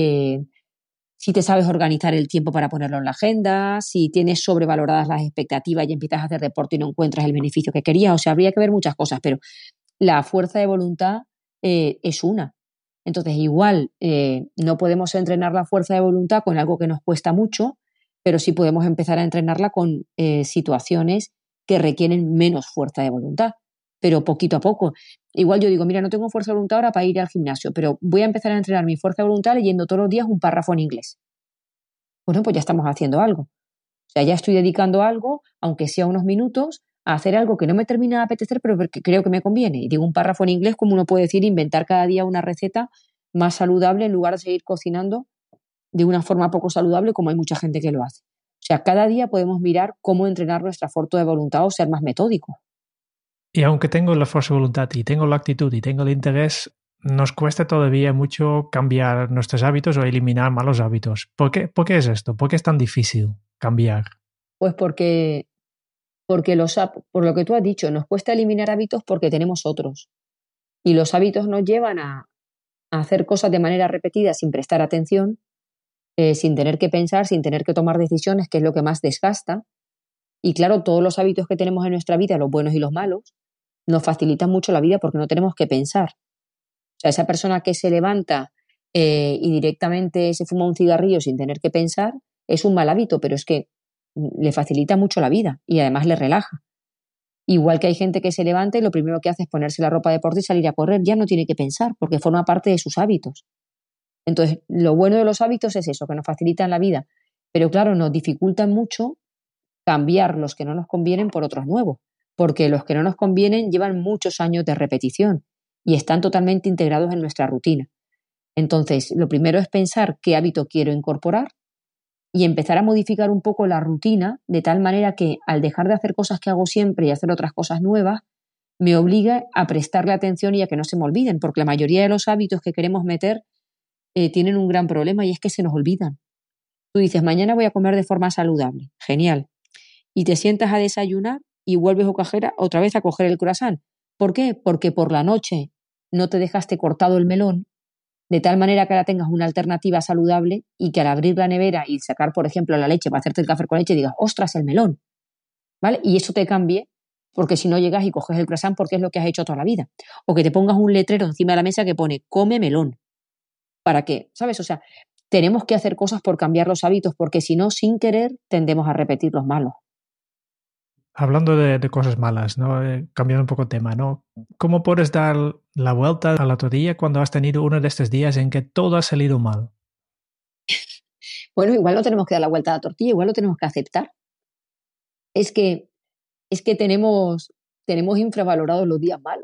te sabes organizar el tiempo para ponerlo en la agenda, si tienes sobrevaloradas las expectativas y empiezas a hacer deporte y no encuentras el beneficio que querías. O sea, habría que ver muchas cosas, pero la fuerza de voluntad es una. Entonces, igual no podemos entrenar la fuerza de voluntad con algo que nos cuesta mucho, pero sí podemos empezar a entrenarla con situaciones que requieren menos fuerza de voluntad, pero poquito a poco. Igual yo digo, mira, no tengo fuerza de voluntad ahora para ir al gimnasio, pero voy a empezar a entrenar mi fuerza de voluntad leyendo todos los días un párrafo en inglés. Bueno, pues ya estamos haciendo algo. O sea, ya estoy dedicando algo, aunque sea unos minutos, a hacer algo que no me termina de apetecer, pero que creo que me conviene. Y digo un párrafo en inglés, como uno puede decir, inventar cada día una receta más saludable en lugar de seguir cocinando de una forma poco saludable, como hay mucha gente que lo hace. O sea, cada día podemos mirar cómo entrenar nuestra fuerza de voluntad o ser más metódicos. Y aunque tengo la fuerza de voluntad y tengo la actitud y tengo el interés, nos cuesta todavía mucho cambiar nuestros hábitos o eliminar malos hábitos. ¿Por qué es esto? ¿Por qué es tan difícil cambiar? Pues porque por lo que tú has dicho, nos cuesta eliminar hábitos porque tenemos otros. Y los hábitos nos llevan a hacer cosas de manera repetida sin prestar atención, sin tener que pensar, sin tener que tomar decisiones, que es lo que más desgasta. Y claro, todos los hábitos que tenemos en nuestra vida, los buenos y los malos, nos facilitan mucho la vida porque no tenemos que pensar. O sea, esa persona que se levanta y directamente se fuma un cigarrillo sin tener que pensar, es un mal hábito, pero es que le facilita mucho la vida y además le relaja. Igual que hay gente que se levanta y lo primero que hace es ponerse la ropa de deporte y salir a correr, ya no tiene que pensar porque forma parte de sus hábitos. Entonces, lo bueno de los hábitos es eso, que nos facilitan la vida, pero claro, nos dificultan mucho cambiar los que no nos convienen por otros nuevos, porque los que no nos convienen llevan muchos años de repetición y están totalmente integrados en nuestra rutina. Entonces, lo primero es pensar qué hábito quiero incorporar y empezar a modificar un poco la rutina de tal manera que al dejar de hacer cosas que hago siempre y hacer otras cosas nuevas, me obliga a prestarle atención y a que no se me olviden, porque la mayoría de los hábitos que queremos meter tienen un gran problema y es que se nos olvidan. Tú dices, mañana voy a comer de forma saludable. Genial. Y te sientas a desayunar y vuelves otra vez a coger el croissant. ¿Por qué? Porque por la noche no te dejaste cortado el melón, de tal manera que ahora tengas una alternativa saludable y que al abrir la nevera y sacar, por ejemplo, la leche para hacerte el café con leche, digas, ostras, el melón. ¿Vale? Y eso te cambie, porque si no llegas y coges el croissant porque es lo que has hecho toda la vida. O que te pongas un letrero encima de la mesa que pone, come melón. ¿Para qué? ¿Sabes? O sea, tenemos que hacer cosas por cambiar los hábitos, porque si no, sin querer, tendemos a repetir los malos. Hablando de cosas malas, ¿no? Cambiando un poco de tema, ¿no? ¿Cómo puedes dar la vuelta a la tortilla cuando has tenido uno de estos días en que todo ha salido mal? Bueno, igual no tenemos que dar la vuelta a la tortilla, igual lo tenemos que aceptar. Es que tenemos infravalorados los días malos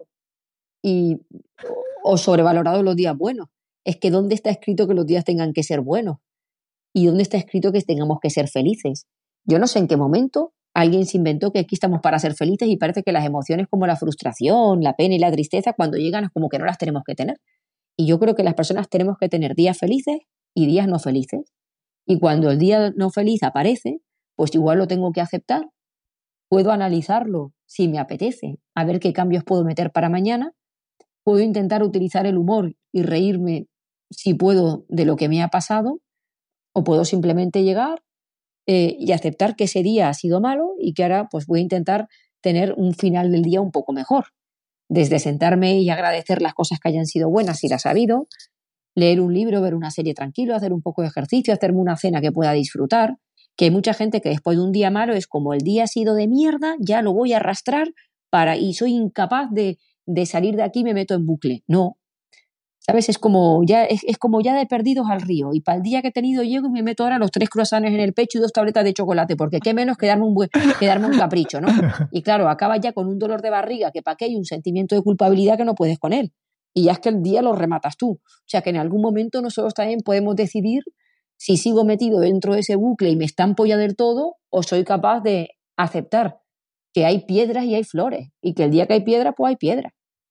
o sobrevalorados los días buenos. Es que ¿dónde está escrito que los días tengan que ser buenos? ¿Y dónde está escrito que tengamos que ser felices? Yo no sé en qué momento alguien se inventó que aquí estamos para ser felices y parece que las emociones como la frustración, la pena y la tristeza cuando llegan es como que no las tenemos que tener. Y yo creo que las personas tenemos que tener días felices y días no felices. Y cuando el día no feliz aparece, pues igual lo tengo que aceptar. Puedo analizarlo si me apetece, a ver qué cambios puedo meter para mañana, puedo intentar utilizar el humor y reírme, si puedo, de lo que me ha pasado, o puedo simplemente llegar y aceptar que ese día ha sido malo y que ahora pues voy a intentar tener un final del día un poco mejor. Desde sentarme y agradecer las cosas que hayan sido buenas si las ha habido, leer un libro, ver una serie tranquilo, hacer un poco de ejercicio, hacerme una cena que pueda disfrutar, que hay mucha gente que después de un día malo es como el día ha sido de mierda, ya lo voy a arrastrar y soy incapaz de salir de aquí y me meto en bucle. No, ¿sabes? Es como ya de perdidos al río. Y para el día que he tenido llego y me meto ahora los 3 croissants en el pecho y 2 tabletas de chocolate, porque qué menos que darme un capricho, ¿no? Y claro, acabas ya con un dolor de barriga que para qué hay un sentimiento de culpabilidad que no puedes con él. Y ya es que el día lo rematas tú. O sea que en algún momento nosotros también podemos decidir si sigo metido dentro de ese bucle y me estampo ya del todo, o soy capaz de aceptar que hay piedras y hay flores, y que el día que hay piedra, pues hay piedra.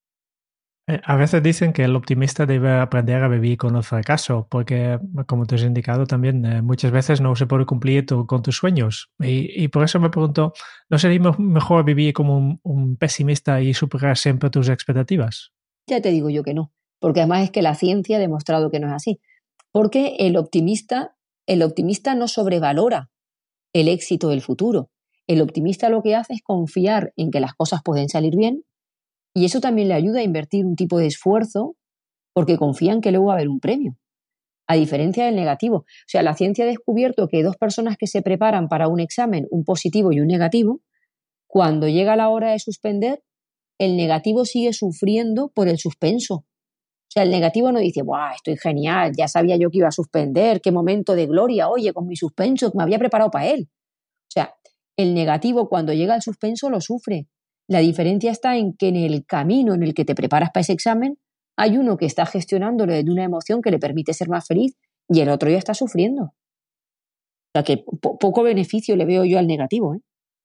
A veces dicen que el optimista debe aprender a vivir con el fracaso, porque, como te has indicado también, muchas veces no se puede cumplir con tus sueños. Y por eso me pregunto, ¿no sería mejor vivir como un pesimista y superar siempre tus expectativas? Ya te digo yo que no, porque además es que la ciencia ha demostrado que no es así. Porque el optimista no sobrevalora el éxito del futuro. El optimista lo que hace es confiar en que las cosas pueden salir bien, y eso también le ayuda a invertir un tipo de esfuerzo porque confía en que luego va a haber un premio. A diferencia del negativo. O sea, la ciencia ha descubierto que 2 personas que se preparan para un examen, un positivo y un negativo, cuando llega la hora de suspender, el negativo sigue sufriendo por el suspenso. O sea, el negativo no dice, ¡buah, estoy genial! Ya sabía yo que iba a suspender, qué momento de gloria, oye, con mi suspenso, que me había preparado para él. O sea, el negativo cuando llega al suspenso lo sufre. La diferencia está en que en el camino en el que te preparas para ese examen hay uno que está gestionándolo de una emoción que le permite ser más feliz y el otro ya está sufriendo. O sea que poco beneficio le veo yo al negativo, ¿eh?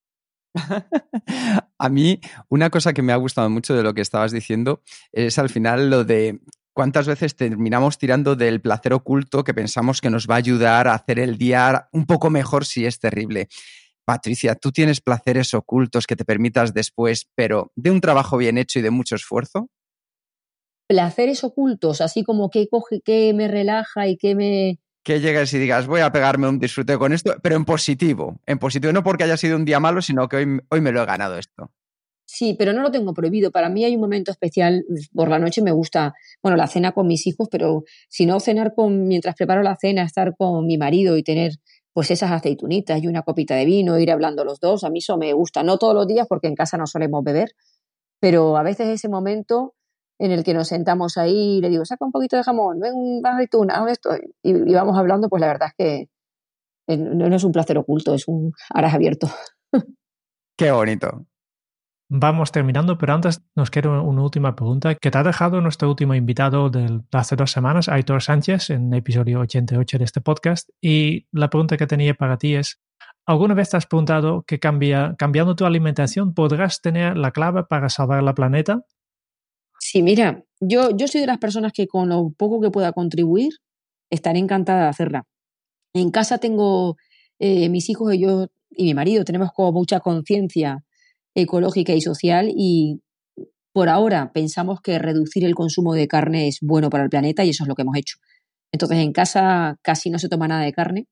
A mí, una cosa que me ha gustado mucho de lo que estabas diciendo es al final lo de cuántas veces terminamos tirando del placer oculto que pensamos que nos va a ayudar a hacer el día un poco mejor si es terrible. Patricia, ¿tú tienes placeres ocultos que te permitas después, pero de un trabajo bien hecho y de mucho esfuerzo? Placeres ocultos, así como que me relaja y que me... Que llegues y digas, voy a pegarme un disfrute con esto, pero en positivo, no porque haya sido un día malo, sino que hoy me lo he ganado esto. Sí, pero no lo tengo prohibido. Para mí hay un momento especial. Por la noche me gusta, bueno, la cena con mis hijos, pero si no, mientras preparo la cena, estar con mi marido y tener pues esas aceitunitas y una copita de vino, ir hablando los dos, a mí eso me gusta. No todos los días porque en casa no solemos beber, pero a veces ese momento en el que nos sentamos ahí y le digo, saca un poquito de jamón, ven una aceituna, esto, y vamos hablando, pues la verdad es que no es un placer oculto, es un aras abierto. Qué bonito. Vamos terminando, pero antes nos queda una última pregunta que te ha dejado nuestro último invitado de hace 2 semanas, Aitor Sánchez, en el episodio 88 de este podcast. Y la pregunta que tenía para ti es, ¿alguna vez te has preguntado que cambiando tu alimentación podrás tener la clave para salvar el planeta? Sí, mira, yo soy de las personas que con lo poco que pueda contribuir, estaré encantada de hacerla. En casa tengo mis hijos y yo y mi marido, tenemos como mucha conciencia ecológica y social, y por ahora pensamos que reducir el consumo de carne es bueno para el planeta y eso es lo que hemos hecho. Entonces en casa casi no se toma nada de carne,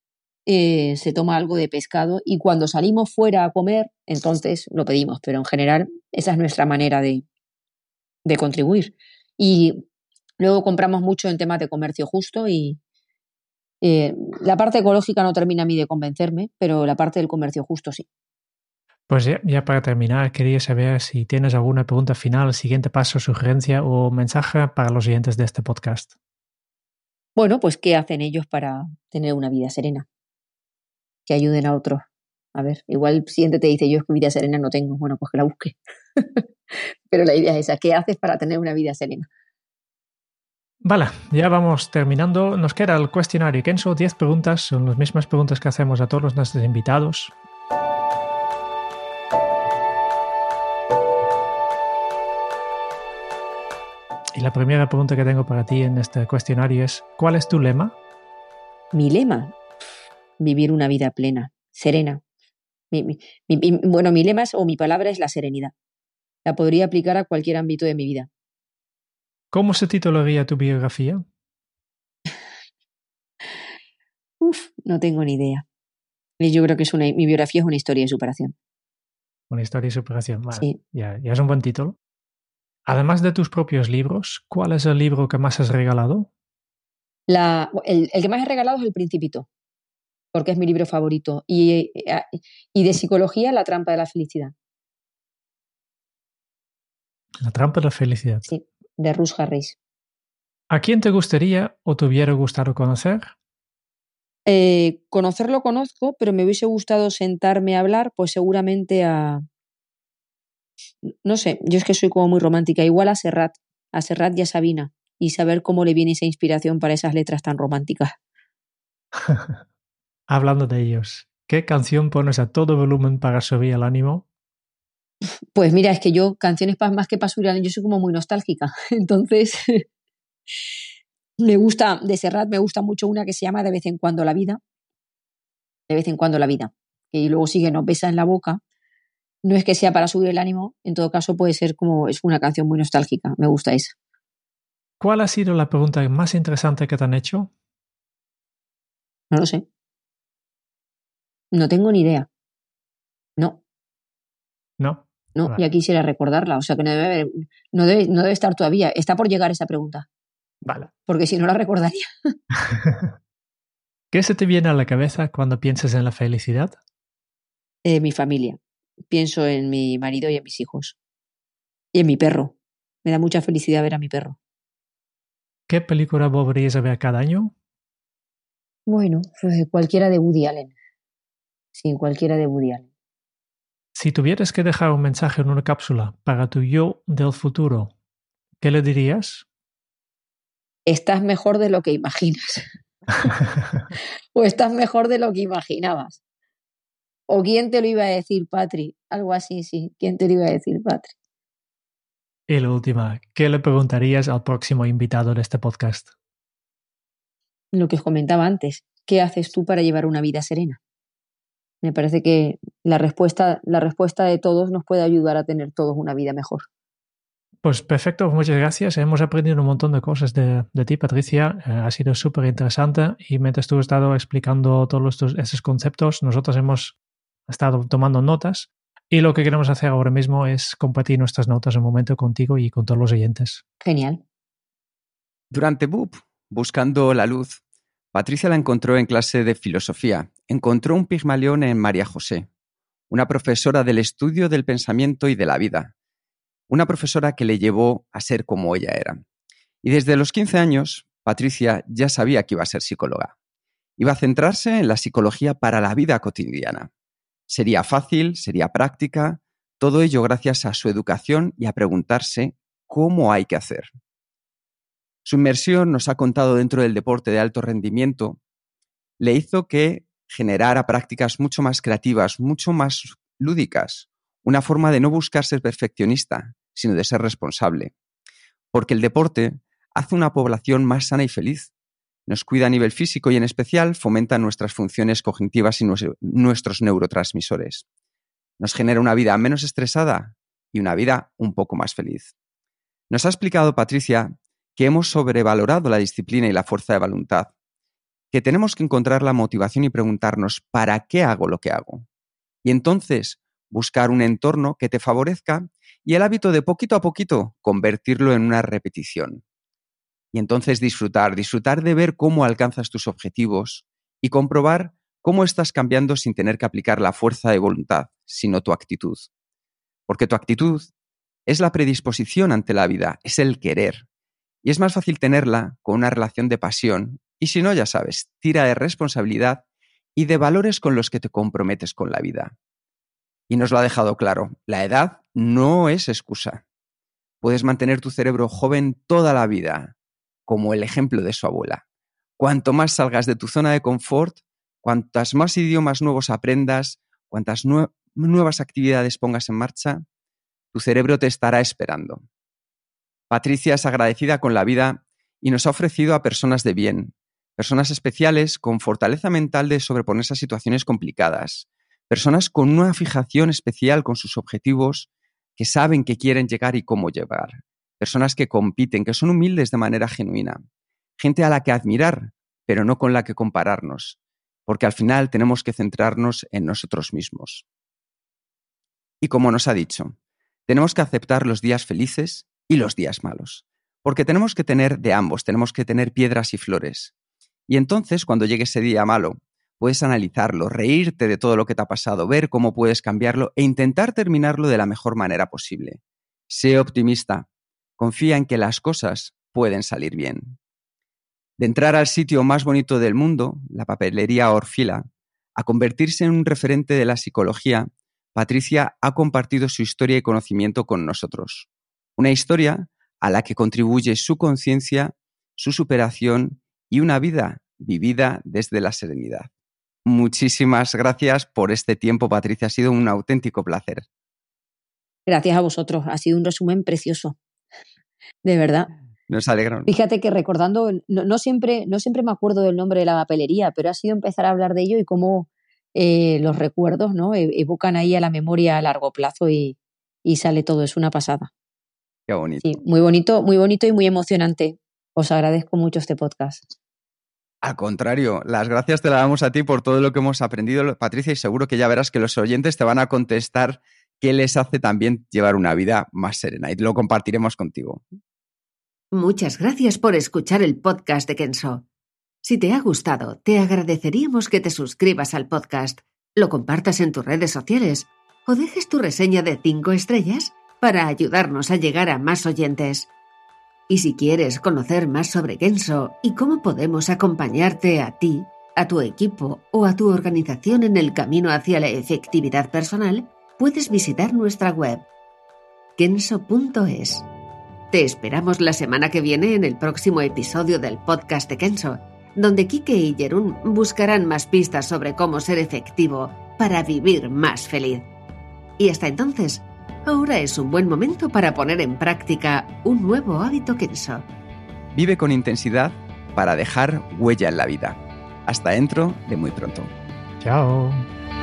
se toma algo de pescado y cuando salimos fuera a comer entonces lo pedimos, pero en general esa es nuestra manera de contribuir. Y luego compramos mucho en temas de comercio justo y la parte ecológica no termina a mí de convencerme, pero la parte del comercio justo sí. Pues ya para terminar, quería saber si tienes alguna pregunta final, siguiente paso, sugerencia o mensaje para los oyentes de este podcast. Bueno, pues ¿qué hacen ellos para tener una vida serena? Que ayuden a otros. A ver, igual el siguiente te dice, yo es que vida serena no tengo. Bueno, pues que la busque. Pero la idea es esa, ¿qué haces para tener una vida serena? Vale, ya vamos terminando. Nos queda el cuestionario. Kenzo, 10 preguntas. Son las mismas preguntas que hacemos a todos nuestros invitados. Y la primera pregunta que tengo para ti en este cuestionario es, ¿cuál es tu lema? Mi lema, vivir una vida plena, serena. Bueno, mi lema o mi palabra es la serenidad. La podría aplicar a cualquier ámbito de mi vida. ¿Cómo se titularía tu biografía? No tengo ni idea. Yo creo que mi biografía es una historia de superación. Una historia de superación. Vale, Sí. ya es un buen título. Además de tus propios libros, ¿cuál es el libro que más has regalado? El que más he regalado es El Principito, porque es mi libro favorito. Y de psicología, La trampa de la felicidad. La trampa de la felicidad. Sí, de Ruth Harris. ¿A quién te gustaría o te hubiera gustado conocer? Conocerlo conozco, pero me hubiese gustado sentarme a hablar, pues seguramente no sé, yo es que soy como muy romántica, igual a Serrat y a Sabina, y saber cómo le viene esa inspiración para esas letras tan románticas. Hablando de ellos, ¿qué canción pones a todo volumen para subir el ánimo? Pues mira, es que yo, canciones más que para subir al ánimo, yo soy como muy nostálgica, entonces de Serrat me gusta mucho una que se llama De vez en cuando la vida, y luego sigue Nos besa en la boca. No es que sea para subir el ánimo, en todo caso puede ser es una canción muy nostálgica, me gusta esa. ¿Cuál ha sido la pregunta más interesante que te han hecho? No lo sé. No tengo ni idea. No, Vale. ya quisiera recordarla, o sea que no debe estar todavía, está por llegar esa pregunta. Vale. Porque si no la recordaría. ¿Qué se te viene a la cabeza cuando piensas en la felicidad? Mi familia. Pienso en mi marido y en mis hijos. Y en mi perro. Me da mucha felicidad ver a mi perro. ¿Qué película volverías a ver cada año? Bueno, pues cualquiera de Woody Allen. Sí, cualquiera de Woody Allen. Si tuvieras que dejar un mensaje en una cápsula para tu yo del futuro, ¿qué le dirías? Estás mejor de lo que imaginas. O estás mejor de lo que imaginabas. ¿O quién te lo iba a decir, Patri? Algo así, sí. ¿Quién te lo iba a decir, Patri? Y la última, ¿qué le preguntarías al próximo invitado de este podcast? Lo que os comentaba antes. ¿Qué haces tú para llevar una vida serena? Me parece que la respuesta de todos nos puede ayudar a tener todos una vida mejor. Pues perfecto, muchas gracias. Hemos aprendido un montón de cosas de ti, Patricia. Ha sido súper interesante y mientras tú has estado explicando todos esos conceptos, nosotros hemos estado tomando notas y lo que queremos hacer ahora mismo es compartir nuestras notas en un momento contigo y con todos los oyentes. Genial. Durante BUP, buscando la luz, Patricia la encontró en clase de filosofía. Encontró un Pigmalión en María José, una profesora del estudio del pensamiento y de la vida. Una profesora que le llevó a ser como ella era. Y desde los 15 años, Patricia ya sabía que iba a ser psicóloga. Iba a centrarse en la psicología para la vida cotidiana. Sería fácil, sería práctica, todo ello gracias a su educación y a preguntarse cómo hay que hacer. Su inmersión, nos ha contado, dentro del deporte de alto rendimiento, le hizo que generara prácticas mucho más creativas, mucho más lúdicas, una forma de no buscar ser perfeccionista, sino de ser responsable. Porque el deporte hace una población más sana y feliz. Nos cuida a nivel físico y en especial fomenta nuestras funciones cognitivas y nuestros neurotransmisores. Nos genera una vida menos estresada y una vida un poco más feliz. Nos ha explicado Patricia que hemos sobrevalorado la disciplina y la fuerza de voluntad, que tenemos que encontrar la motivación y preguntarnos ¿para qué hago lo que hago? Y entonces buscar un entorno que te favorezca y el hábito de poquito a poquito convertirlo en una repetición. Y entonces disfrutar de ver cómo alcanzas tus objetivos y comprobar cómo estás cambiando sin tener que aplicar la fuerza de voluntad, sino tu actitud. Porque tu actitud es la predisposición ante la vida, es el querer. Y es más fácil tenerla con una relación de pasión y si no, ya sabes, tira de responsabilidad y de valores con los que te comprometes con la vida. Y nos lo ha dejado claro, la edad no es excusa. Puedes mantener tu cerebro joven toda la vida, como el ejemplo de su abuela. Cuanto más salgas de tu zona de confort, cuantas más idiomas nuevos aprendas, cuantas nuevas actividades pongas en marcha, tu cerebro te estará esperando. Patricia es agradecida con la vida y nos ha ofrecido a personas de bien, personas especiales con fortaleza mental de sobreponerse a situaciones complicadas, personas con una fijación especial con sus objetivos que saben que quieren llegar y cómo llegar. personas que compiten, que son humildes de manera genuina, gente a la que admirar, pero no con la que compararnos, porque al final tenemos que centrarnos en nosotros mismos. Y como nos ha dicho, tenemos que aceptar los días felices y los días malos, porque tenemos que tener de ambos, tenemos que tener piedras y flores. Y entonces, cuando llegue ese día malo, puedes analizarlo, reírte de todo lo que te ha pasado, ver cómo puedes cambiarlo e intentar terminarlo de la mejor manera posible. Sé optimista, confía en que las cosas pueden salir bien. De entrar al sitio más bonito del mundo, la papelería Orfila, a convertirse en un referente de la psicología, Patricia ha compartido su historia y conocimiento con nosotros. Una historia a la que contribuye su conciencia, su superación y una vida vivida desde la serenidad. Muchísimas gracias por este tiempo, Patricia. Ha sido un auténtico placer. Gracias a vosotros. Ha sido un resumen precioso. De verdad. Nos alegra. Fíjate que recordando, no siempre me acuerdo del nombre de la papelería, pero ha sido empezar a hablar de ello y cómo los recuerdos, ¿no?, evocan ahí a la memoria a largo plazo y sale todo. Es una pasada. Qué bonito. Sí, muy bonito y muy emocionante. Os agradezco mucho este podcast. Al contrario, las gracias te las damos a ti por todo lo que hemos aprendido, Patricia, y seguro que ya verás que los oyentes te van a contestar qué les hace también llevar una vida más serena, y lo compartiremos contigo. Muchas gracias por escuchar el podcast de Kenso. Si te ha gustado, te agradeceríamos que te suscribas al podcast, lo compartas en tus redes sociales o dejes tu reseña de 5 estrellas para ayudarnos a llegar a más oyentes. Y si quieres conocer más sobre Kenso y cómo podemos acompañarte a ti, a tu equipo o a tu organización en el camino hacia la efectividad personal, puedes visitar nuestra web, kenso.es. Te esperamos la semana que viene en el próximo episodio del podcast de Kenso, donde Kike y Jerún buscarán más pistas sobre cómo ser efectivo para vivir más feliz. Y hasta entonces, ahora es un buen momento para poner en práctica un nuevo hábito Kenso. Vive con intensidad para dejar huella en la vida. Hasta dentro de muy pronto. Chao.